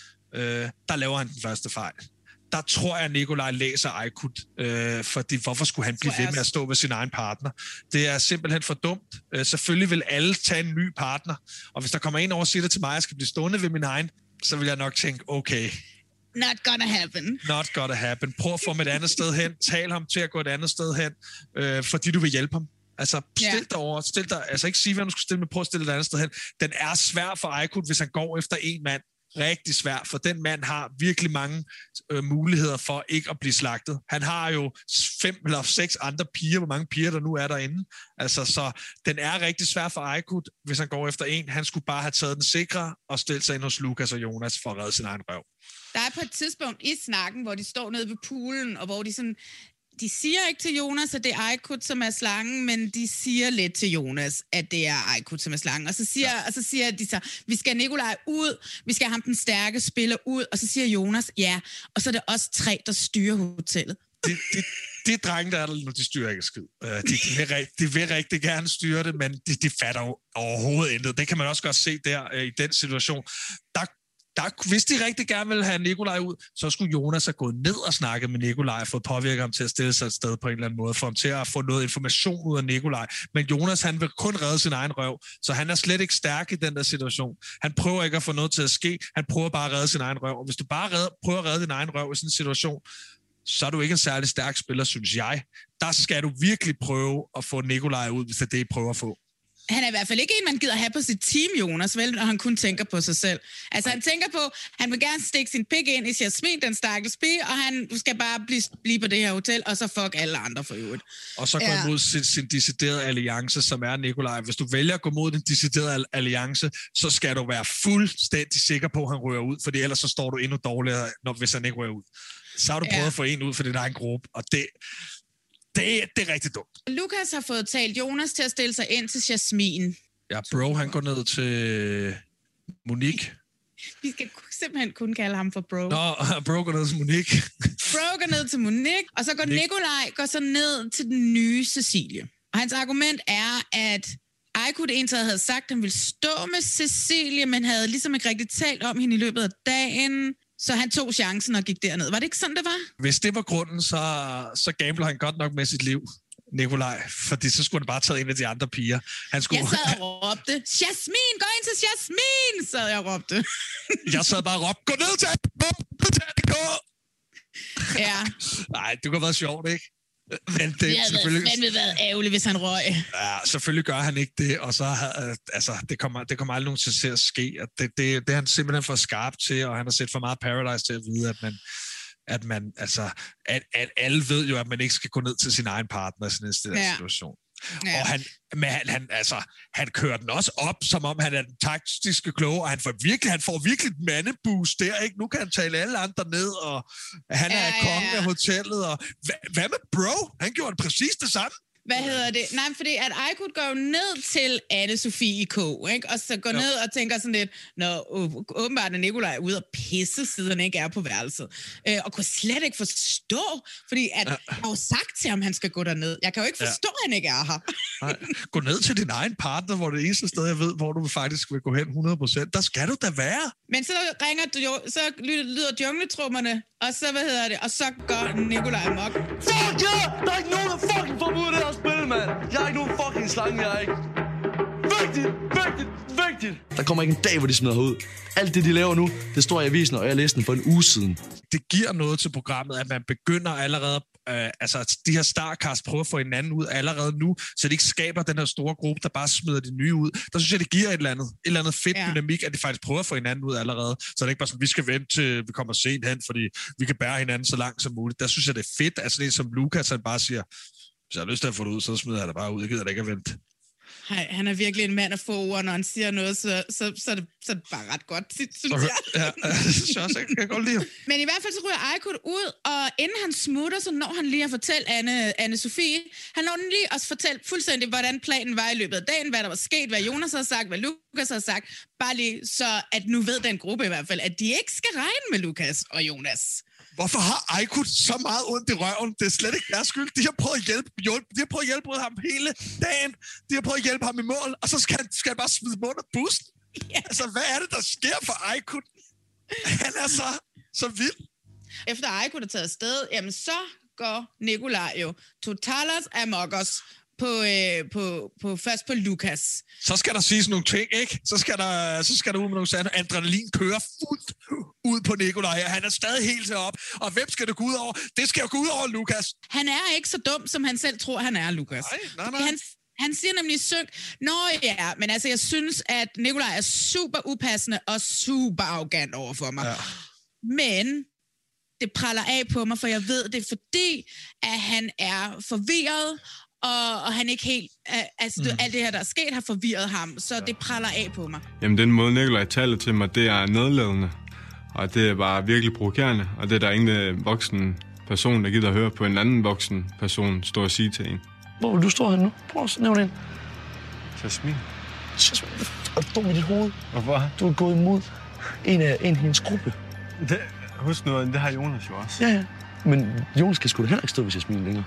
Øh, der laver han den første fejl. Der tror jeg, at Nikolaj læser Aikut, øh, fordi hvorfor skulle han blive ved med at stå ved sin egen partner? Det er simpelthen for dumt. Øh, selvfølgelig vil alle tage en ny partner, og hvis der kommer en over og siger det til mig, at jeg skal blive stående ved min egen, så vil jeg nok tænke, okay...
Not gonna happen.
Not gonna happen. Prøv at få ham et andet sted hen. Tal ham til at gå et andet sted hen, øh, fordi du vil hjælpe ham. Altså, stil yeah. dig over. Stil dig, altså, ikke sige, hvad du skal stille, men prøv at stille et andet sted hen. Den er svær for Aikut, hvis han går efter en mand. Rigtig svær, for den mand har virkelig mange øh, muligheder for ikke at blive slagtet. Han har jo fem eller seks andre piger, hvor mange piger der nu er derinde. Altså, så den er rigtig svær for Aikut, hvis han går efter en. Han skulle bare have taget den sikre og stillet sig ind hos Lukas og Jonas for at redde sin egen røv.
Der er på et tidspunkt i snakken, hvor de står nede ved poolen, og hvor de sådan... De siger ikke til Jonas, at det er Aikut, som er slangen, men de siger lidt til Jonas, at det er Aikut, som er slangen. Og så siger, ja. og så siger de så, vi skal Nikolaj ud, vi skal have ham den stærke spiller ud, og så siger Jonas, ja, og så er det også tre, der styrer hotellet.
Det, det, det drenge, der er der, de styrer ikke skid. De, de, vil, de vil rigtig gerne styre det, men de, de fatter jo overhovedet intet. Det kan man også godt se der i den situation. Der Der, hvis de rigtig gerne ville have Nikolaj ud, så skulle Jonas have gået ned og snakket med Nikolaj og fået påvirket ham til at stille sig et sted på en eller anden måde, for ham til at få noget information ud af Nikolaj. Men Jonas, han vil kun redde sin egen røv, så han er slet ikke stærk i den der situation. Han prøver ikke at få noget til at ske, han prøver bare at redde sin egen røv. Og hvis du bare redder, prøver at redde din egen røv i sådan en situation, så er du ikke en særlig stærk spiller, synes jeg. Der skal du virkelig prøve at få Nikolaj ud, hvis det er det, I prøver at få.
Han er i hvert fald ikke en, man gider have på sit team, Jonas, vel, når han kun tænker på sig selv. Altså, han tænker på, han vil gerne stikke sin pik ind i Jasmin, den stakkels pige, og han skal bare blive, blive på det her hotel, og så fuck alle andre for øvrigt.
Og så gå ja. imod sin, sin deciderede alliance, som er Nikolaj. Hvis du vælger at gå mod den deciderede alliance, så skal du være fuldstændig sikker på, at han rører ud, fordi ellers så står du endnu dårligere, når, hvis han ikke rører ud. Så har du prøvet ja. at få en ud for din egen gruppe, og det... Det, det er rigtig dumt.
Lukas har fået talt Jonas til at stille sig ind til Jasmin.
Ja, bro, han går ned til Monique.
Vi skal simpelthen kun kalde ham for bro.
Nå, bro går ned til Monique.
Bro går ned til Monique, og så går Nick. Nikolaj går så ned til den nye Cecilie. Og hans argument er, at Aikut egentlig havde sagt, at han ville stå med Cecilie, men havde ligesom ikke rigtig talt om hende i løbet af dagen. Så han tog chancen og gik derned. Var det ikke sådan, det var?
Hvis det var grunden, så, så gambler han godt nok med sit liv, Nikolaj. Fordi så skulle han bare tage en af de andre piger. Han skulle...
Jeg sad og råbte, Jasmin, gå ind til Jasmin, sad jeg og råbte.
Jeg sad bare og råbte, gå ned til gå, gå til gå.
Ja.
Nej, det kunne have været sjovt, ikke? Men det,
det havde
selvfølgelig...
været, været ærgerligt, hvis han røg.
Ja, selvfølgelig gør han ikke det, og så uh, altså, det kommer, det kommer aldrig nogensinde til at ske. Og det, det, det er han simpelthen for skarp til, og han har set for meget Paradise til at vide, at man, at man altså, at, at alle ved jo, at man ikke skal gå ned til sin egen partner i sådan en ja. situation. Ja. Og han, men han, han, altså, han kører den også op, som om han er den taktiske kloge, og han får virkelig, han får virkelig et mandeboost der, ikke? Nu kan han tale alle andre ned, og han er ja, kongen ja, ja. af hotellet, og hvad, hvad med bro? Han gjorde præcis det samme.
Hvad hedder det? Nej, fordi at Aykut går ned til Anne-Sophie i K, ikke? Og så går jo. ned og tænker sådan lidt, når åbenbart er Nikolaj ude og pisse, siden han ikke er på værelset. Øh, og kunne slet ikke forstå, fordi at ja. jeg har jo sagt til ham, han skal gå derned. Jeg kan jo ikke forstå, ja. at han ikke er her.
Nej. Gå ned til din egen partner, hvor det eneste sted, jeg ved, hvor du faktisk vil gå hen hundrede procent. Der skal du da være.
Men så ringer du jo, så lyder jungletrummerne, og så, hvad hedder det, og så går Nikolaj amok.
Fuck ja! Yeah! Der er ikke nogen, der fucking får ud af det her spil, mand! Jeg er ikke nogen fucking slange, jeg er ikke. Vigtigt, vigtigt, vigtigt! Der kommer ikke en dag, hvor de smider ud. Alt det, de laver nu, det står i avisen, og jeg læste den for en uge siden.
Det giver noget til programmet, at man begynder allerede, øh, altså de her starcast prøver at få hinanden ud allerede nu, så det ikke skaber den her store gruppe, der bare smider de nye ud. Der synes jeg, det giver et eller andet, et eller andet fedt ja. dynamik, at de faktisk prøver at få hinanden ud allerede. Så det er ikke bare sådan, vi skal vente til vi kommer sent hen, fordi vi kan bære hinanden så langt som muligt. Der synes jeg, det er fedt, altså det er som Lukas, han bare siger, hvis jeg har lyst til at få det ud, så smider jeg det bare ud. Jeg gider da ikke at vente.
Hej, han er virkelig en mand af få ord, når han siger noget, så, så, så, er, det, så er det bare ret godt, synes jeg.
Ja, det synes jeg også, jeg kan godt lide.
Men i hvert fald så ryger Aykut ud, og inden han smutter, så når han lige at fortælle Anne, Anne-Sophie, han når den lige at fortælle fuldstændig, hvordan planen var i løbet af dagen, hvad der var sket, hvad Jonas havde sagt, hvad Lukas havde sagt, bare lige så, at nu ved den gruppe i hvert fald, at de ikke skal regne med Lukas og Jonas.
Hvorfor har Aykut så meget ondt i røven? Det er slet ikke deres skyld. De har prøvet at hjælpe, hjælpe, de har prøvet at hjælpe ham hele dagen. De har prøvet at hjælpe ham i mål, og så skal han, skal han bare smide dem under bussen. Ja. Altså, hvad er det, der sker for Aykut? Han er så, så vild.
Efter Aykut er taget afsted, jamen så går Nikolaj jo totalt amok os. På, øh, på, på, først på Lukas.
Så skal der siges nogle ting, ikke? Så skal der, så skal der ud med nogle sande. Adrenalin kører fuldt ud på Nikolaj. Han er stadig helt heroppe. Og hvem skal det gå ud over? Det skal jo gå ud over Lukas.
Han er ikke så dum, som han selv tror, han er, Lukas.
Nej, nej, nej.
Han, han siger nemlig synk. Nå ja, men altså, jeg synes, at Nikolaj er super upassende og super arrogant over for mig. Ja. Men det praller af på mig, for jeg ved, det er fordi, at han er forvirret, Og, og han ikke helt... Altså, mm. alt det her, der er sket, har forvirret ham, så det praller af på mig.
Jamen, den måde, Nikolaj taler til mig, det er nedladende. Og det er bare virkelig provokerende. Og det er der ingen voksen person, der gider at høre på en anden voksen person stå og sige til en.
Hvor vil du stå her nu? Prøv at nævne en.
Jasmin.
Jasmin, er du dum i dit hoved?
Hvorfor?
Du er gået imod en af, en af hendes gruppe.
Det, husk nu, det har Jonas jo også.
Ja, ja. Men Jonas kan sgu da heller ikke stå ved Jasmin længere.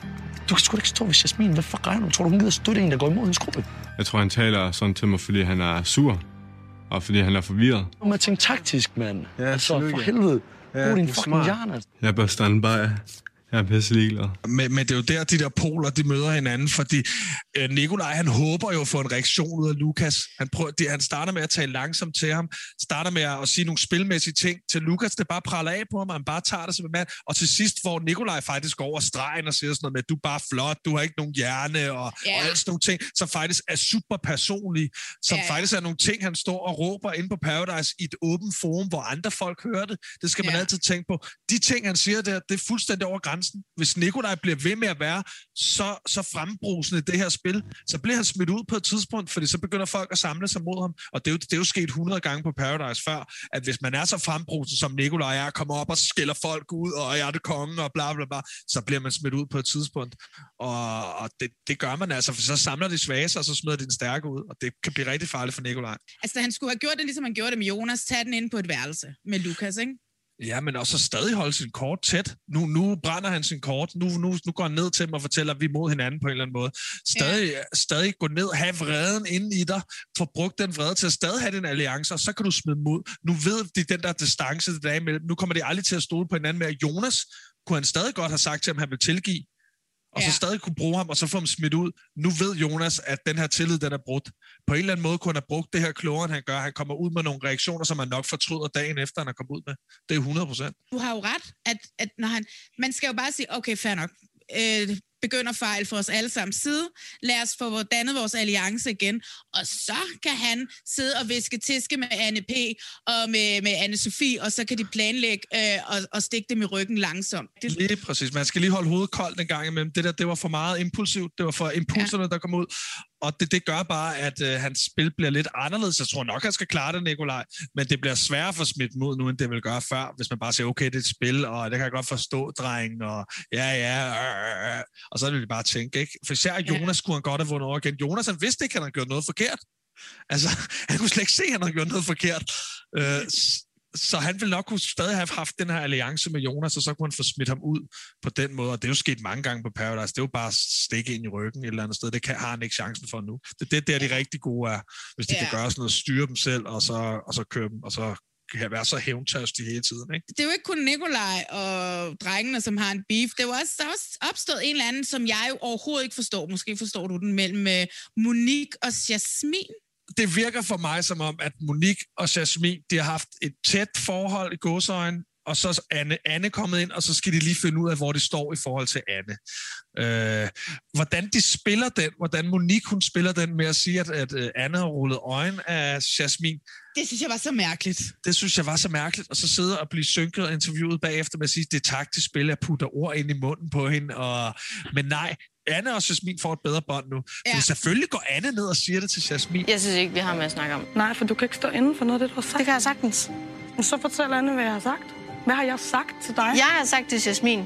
Du kan sgu da ikke stå ved Jasmin. Hvad for regner du? Tror du, hun gider støtte en, der går imod hendes gruppe?
Jeg tror, han taler sådan til mig, fordi han er sur. Og fordi han er forvirret.
Du må tænke taktisk, mand.
Ja,
altså, for helvede.
Ja,
Brug din fucking hjerne.
Jeg er bare standby. Jeg er pisse ligeglad.
Men, men det er jo der, de der poler, de møder hinanden, fordi øh, Nikolaj, han håber jo at få en reaktion ud af Lukas. Han, prøver, de, han starter med at tale langsomt til ham, starter med at, at sige nogle spilmæssige ting til Lukas, det bare praller af på ham, og han bare tager det som en mand. Og til sidst får Nikolaj faktisk over stregen og siger sådan noget med, du er bare flot, du har ikke nogen hjerne, og, yeah. og alt sådan nogle ting, som faktisk er super personlige, som yeah. faktisk er nogle ting, han står og råber inde på Paradise i et åbent forum, hvor andre folk hører det. Det skal man yeah. altid tænke på. De ting, han siger der, det er fuldstændig over grænsen. Hvis Nikolaj bliver ved med at være så, så frembrusende i det her spil, så bliver han smidt ud på et tidspunkt, fordi så begynder folk at samle sig mod ham. Og det er jo, det er jo sket hundrede gange på Paradise før, at hvis man er så frembrusende som Nikolaj er, kommer op og skælder folk ud, og jeg er det kongen, og bla bla bla, så bliver man smidt ud på et tidspunkt. Og, og det, det gør man altså, for så samler de svage sig, og så smider de den stærke ud, og det kan blive rigtig farligt for Nikolaj.
Altså, han skulle have gjort det, ligesom han gjorde det med Jonas, tage den ind på et værelse med Lukas, ikke?
Ja, men også stadig holde sin kort tæt. Nu, nu brænder han sin kort. Nu, nu, nu går han ned til dem og fortæller, at vi er mod hinanden på en eller anden måde. Stadig, ja. stadig gå ned, have vreden inde i dig, få brugt den vrede til at stadig have din alliance, og så kan du smide mod. Nu ved de den der distance, der er imellem. Nu kommer de aldrig til at stole på hinanden med. Jonas kunne han stadig godt have sagt til ham, at han vil tilgive, og ja. så stadig kunne bruge ham, og så få ham smidt ud. Nu ved Jonas, at den her tillid, den er brudt. På en eller anden måde kunne han have brugt det her klogere, end han gør. Han kommer ud med nogle reaktioner, som han nok fortryder dagen efter, han er kommet ud med. Det er hundrede procent.
Du har jo ret, at, at når han... Man skal jo bare sige, okay, fair nok. øh, begynder fejl for os alle sammen side. Lad os få dannet vores alliance igen. Og så kan han sidde og viske tiske med Anne P. og med, med Anne Sofie, og så kan de planlægge øh, og, og stikke dem i ryggen langsomt. Det...
Lige præcis. Man skal lige holde hovedet koldt en gang imellem. Det der, det var for meget impulsivt. Det var for impulserne, ja. der kom ud. Og det, det gør bare, at øh, hans spil bliver lidt anderledes. Jeg tror nok, han skal klare det, Nikolaj. Men det bliver sværere for smidt mod nu, end det vil gøre før. Hvis man bare siger, okay, det er et spil, og det kan jeg godt forstå, drengen, og ja, ja, øh, øh. Og så vil de bare tænke, ikke? For især Jonas skulle han godt have vundet over igen. Jonas, han vidste ikke, at han havde gjort noget forkert. Altså, han kunne slet ikke se, at han havde gjort noget forkert. Øh, Så han ville nok kunne stadig have haft den her alliance med Jonas, og så kunne han få smidt ham ud på den måde. Og det er jo sket mange gange på Paradise. Det er jo bare at stikke ind i ryggen et eller andet sted. Det kan, har han ikke chancen for nu. Det er det, der de rigtig gode er, hvis de yeah. kan gøre sådan noget, styre dem selv, og så, og så køre dem, og så kan være så hævntørstige hele tiden. Ikke?
Det er jo ikke kun Nikolaj og drengene, som har en beef. Det er jo også, der er også opstået en eller anden, som jeg jo overhovedet ikke forstår. Måske forstår du den, mellem Monique og Jasmin.
Det virker for mig som om, at Monique og Jasmin, de har haft et tæt forhold i gåseøjne, og så er Anne, Anne kommet ind, og så skal de lige finde ud af, hvor de står i forhold til Anne. Øh, hvordan de spiller den, hvordan Monique hun spiller den med at sige, at, at Anne har rullet øjne af Jasmin.
Det synes jeg var så mærkeligt.
Det synes jeg var så mærkeligt, og så sidde og blive synket og interviewet bagefter med at sige, at det er taktisk spil, at putte ord ind i munden på hende, og... men nej, Anne og Jasmin får et bedre bånd nu. Ja. Men selvfølgelig går Anne ned og siger det til Jasmin.
Jeg synes ikke, vi har med at snakke om.
Nej, for du kan ikke stå inden for noget af det, du har sagt.
Det kan jeg sagtens.
Så fortæl Anne, hvad jeg har sagt. Hvad har jeg sagt til dig?
Jeg har sagt til Jasmin.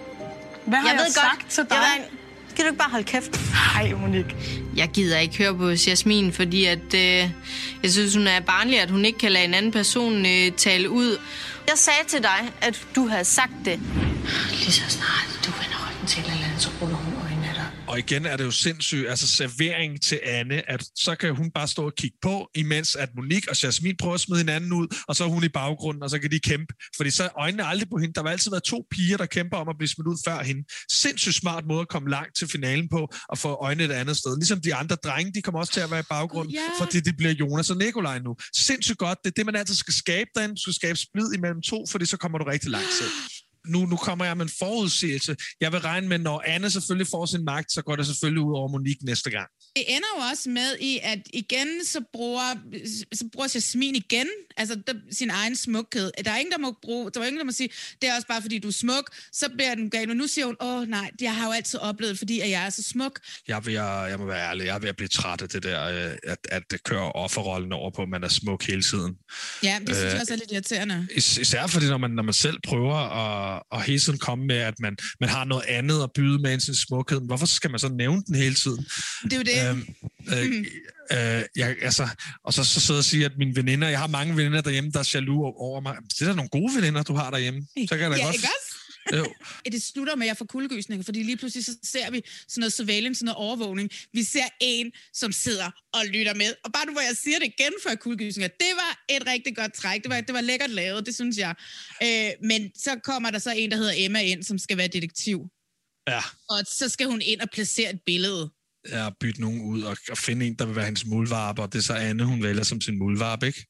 Hvad har jeg, jeg ved sagt godt, til dig?
Jeg ved, kan du ikke bare holde kæft?
Hej, Monique.
Jeg gider ikke høre på Jasmin, fordi at, øh, jeg synes, hun er barnlig, at hun ikke kan lade en anden person øh, tale ud. Jeg sagde til dig, at du havde sagt det. Lige så snart du vender ryggen til eller andet, så ruller hun øjnene af dig.
Og igen er det jo sindssygt, altså servering til Anne, at så kan hun bare stå og kigge på, imens at Monique og Jasmin prøver at smide hinanden ud, og så er hun i baggrunden, og så kan de kæmpe. Fordi så er øjnene aldrig på hende. Der har altid været to piger, der kæmper om at blive smidt ud før hende. Sindssygt smart måde at komme langt til finalen på, og få øjnene et andet sted. Ligesom de andre drenge, de kommer også til at være i baggrunden, yeah. fordi det bliver Jonas og Nikolaj nu. Sindssygt godt. Det er det, man altid skal skabe derinde. Du skal skabe splid imellem to, fordi så kommer du rigtig langt selv. Nu, nu kommer jeg med en forudsigelse. Jeg vil regne med, når Anne selvfølgelig får sin magt, så går det selvfølgelig ud over Monique næste gang.
Det ender jo også med i, at igen så bruger, så bruger Jasmin igen, altså der, sin egen smukhed. Der er ingen, der må bruge, der er ingen, der må sige, det er også bare fordi du er smuk, så bliver den gal. Men nu siger hun, åh nej, jeg har jo altid oplevet, fordi at jeg er så smuk. Jeg, vil, jeg, jeg må være ærlig, jeg er ved at blive træt af det der, at, at det kører offerrollen over på, at man er smuk hele tiden. Ja, det synes jeg også er lidt irriterende. Is- især fordi, når man, når man selv prøver at, at hele tiden komme med, at man, man har noget andet at byde med end sin smukhed, hvorfor skal man så nævne den hele tiden? Det er jo det. Øhm, øh, mm. øh, jeg, altså, og så, så sidder jeg og siger, at mine veninder, jeg har mange veninder derhjemme, der er jaloux over mig. Det er da nogle gode veninder, du har derhjemme. Så kan jeg da ja,
godt...
Ikke også? Det slutter med, at jeg får kuldegysninger, fordi lige pludselig så ser vi sådan noget surveillance, sådan noget overvågning. Vi ser en, som sidder og lytter med. Og bare nu, hvor jeg siger det igen for kuldegysninger, det var et rigtig godt træk. Det var, det var lækkert lavet, det synes jeg. Øh, men så kommer der så en, der hedder Emma ind, som skal være detektiv. Ja. Og så skal hun ind og placere et billede. Ja, bytte nogen ud og, og finde en, der vil være hendes muldvarp, og det er så Anne, hun vælger som sin muldvarp, ikke?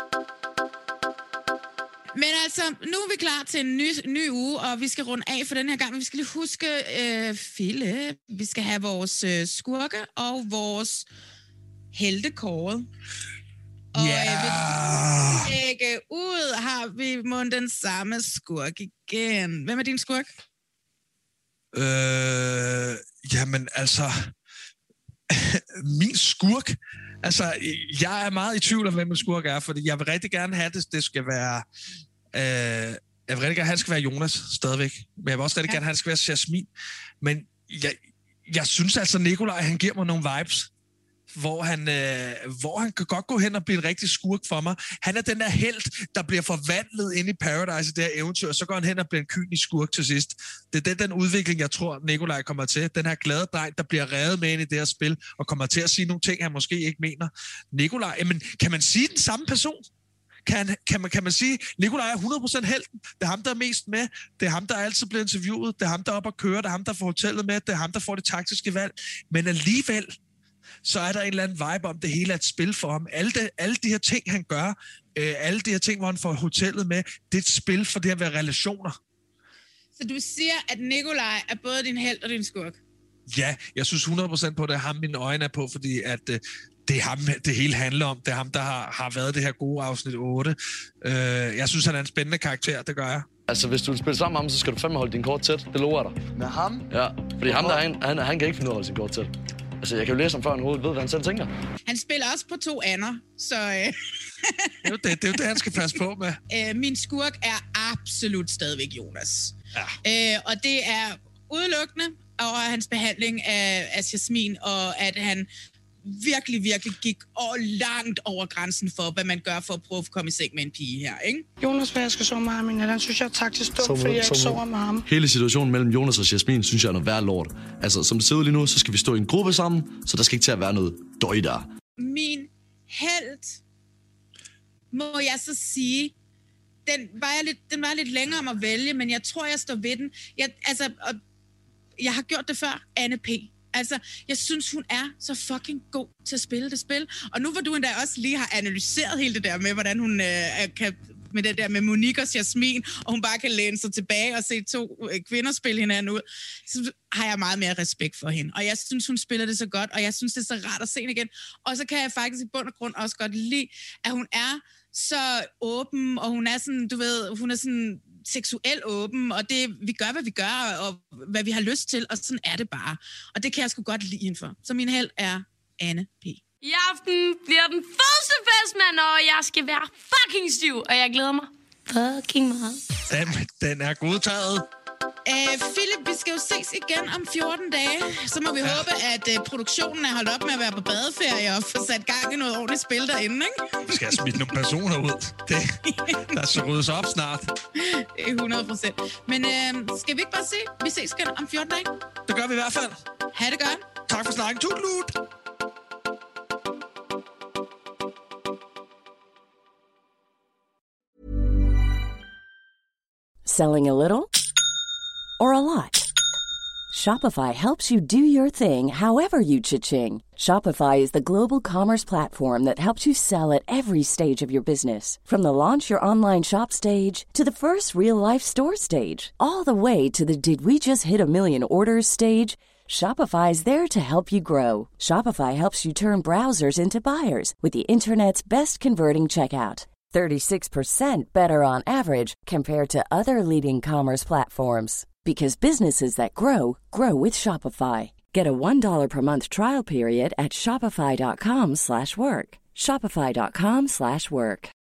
Men altså, nu er vi klar til en ny, ny uge, og vi skal runde af for den her gang. Men vi skal lige huske, øh, Philip, vi skal have vores øh, skurke og vores heltekåret. Og yeah. øh, hvis vi lægge ud, har vi måden den samme skurk igen. Hvem er din skurk? Øh, jamen altså... min skurk, altså jeg er meget i tvivl om, hvem min skurk er, fordi jeg vil rigtig gerne have det, det skal være, øh, jeg vil rigtig gerne have, det skal være Jonas stadigvæk, men jeg vil også rigtig ja. gerne have, det skal være Jasmin, men jeg, jeg synes altså, Nikolaj, han giver mig nogle vibes, hvor han, øh, hvor han kan godt gå hen og blive en rigtig skurk for mig. Han er den der helt, der bliver forvandlet ind i Paradise, det her eventyr, og så går han hen og bliver en kynisk skurk til sidst. Det er den, den udvikling, jeg tror, Nikolaj kommer til. Den her glade dreng, der bliver revet med ind i det her spil, og kommer til at sige nogle ting, han måske ikke mener. Nikolaj, jamen, kan man sige den samme person? Kan, kan, man, kan man sige, Nikolaj er hundrede procent helten? Det er ham, der er mest med. Det er ham, der altid bliver interviewet. Det er ham, der er oppe at køre. Det er ham, der får hotellet med. Det er ham, der får det taktiske valg. Men alligevel, så er der en eller anden vibe om, det hele er et spil for ham. Alle de, alle de her ting, han gør, øh, alle de her ting, hvor han får hotellet med, det er et spil for det at være relationer. Så du siger, at Nikolaj er både din helt og din skurk?
Ja, jeg synes hundrede procent på, at det er ham, mine øjne er på, fordi at øh, det er ham, det hele handler om. Det er ham, der har, har været det her gode afsnit otte. Øh, jeg synes, han er en spændende karakter, det gør jeg.
Altså, hvis du vil spille sammen med ham, så skal du fandme holde din kort tæt. Det lover jeg dig.
Med ham?
Ja, fordi ham der, han, han, han kan ikke finde ud af at holde sin kort tæt. Altså, jeg kan jo læse ham før han hovedet ved, hvad han selv tænker.
Han spiller også på to andre, så... Øh...
det, er jo det, det er jo det, han skal passe på med.
Øh, min skurk er absolut stadigvæk Jonas.
Ja.
Øh, og det er udelukkende over hans behandling af, af Jasmin, og at han virkelig, virkelig gik langt over grænsen for, hvad man gør for at prøve at komme i seng med en pige her, ikke?
Jonas, hvad jeg skal sove med ham, men han synes jeg er taktisk dumt, fordi jeg ikke sover med ham.
Hele situationen mellem Jonas og Jasmin, synes jeg er noget værd lort. Altså, som det ser ud lige nu, så skal vi stå i en gruppe sammen, så der skal ikke til at være noget døj der.
Min helt, må jeg så sige, den var, jeg lidt, den var lidt længere om at vælge, men jeg tror, jeg står ved den. Jeg, altså, og, jeg har gjort det før, Anne P. Altså, jeg synes, hun er så fucking god til at spille det spil. Og nu hvor du endda også lige har analyseret hele det der med, hvordan hun øh, kan... med det der med Monique og Jasmin, og hun bare kan læne sig tilbage og se to øh, kvinder spille hinanden ud, så har jeg meget mere respekt for hende. Og jeg synes, hun spiller det så godt, og jeg synes, det er så rart at se hende igen. Og så kan jeg faktisk i bund og grund også godt lide, at hun er så åben, og hun er sådan, du ved, hun er sådan seksuel åben, og det, vi gør, hvad vi gør, og hvad vi har lyst til, og sådan er det bare. Og det kan jeg sgu godt lide hende for. Så min held er Anne P.
I aften bliver den første fest, mand, og jeg skal være fucking stiv, og jeg glæder mig fucking meget.
Den, den er godtaget.
Æh, Philip, vi skal jo ses igen om fjorten dage. Så må vi ja. håbe, at uh, produktionen er holdt op med at være på badeferie og få sat gang i noget ordentligt spil derinde, ikke?
Vi skal have smidt nogle personer ud. Det, der skal ryddes op snart.
Det er hundrede procent. Men øh, skal vi ikke bare se? Vi ses igen om fjorten dage.
Det gør vi i hvert fald.
Ha' det godt.
Tak for snakken. Tutlut.
Selling a little or a lot? Shopify helps you do your thing however you cha-ching. Shopify is the global commerce platform that helps you sell at every stage of your business. From the launch your online shop stage to the first real-life store stage, all the way to the did we just hit a million orders stage. Shopify is there to help you grow. Shopify helps you turn browsers into buyers with the internet's best converting checkout. thirty-six percent better on average compared to other leading commerce platforms. Because businesses that grow, grow with Shopify. Get a one dollar per month trial period at shopify.com slash work. Shopify.com slash work.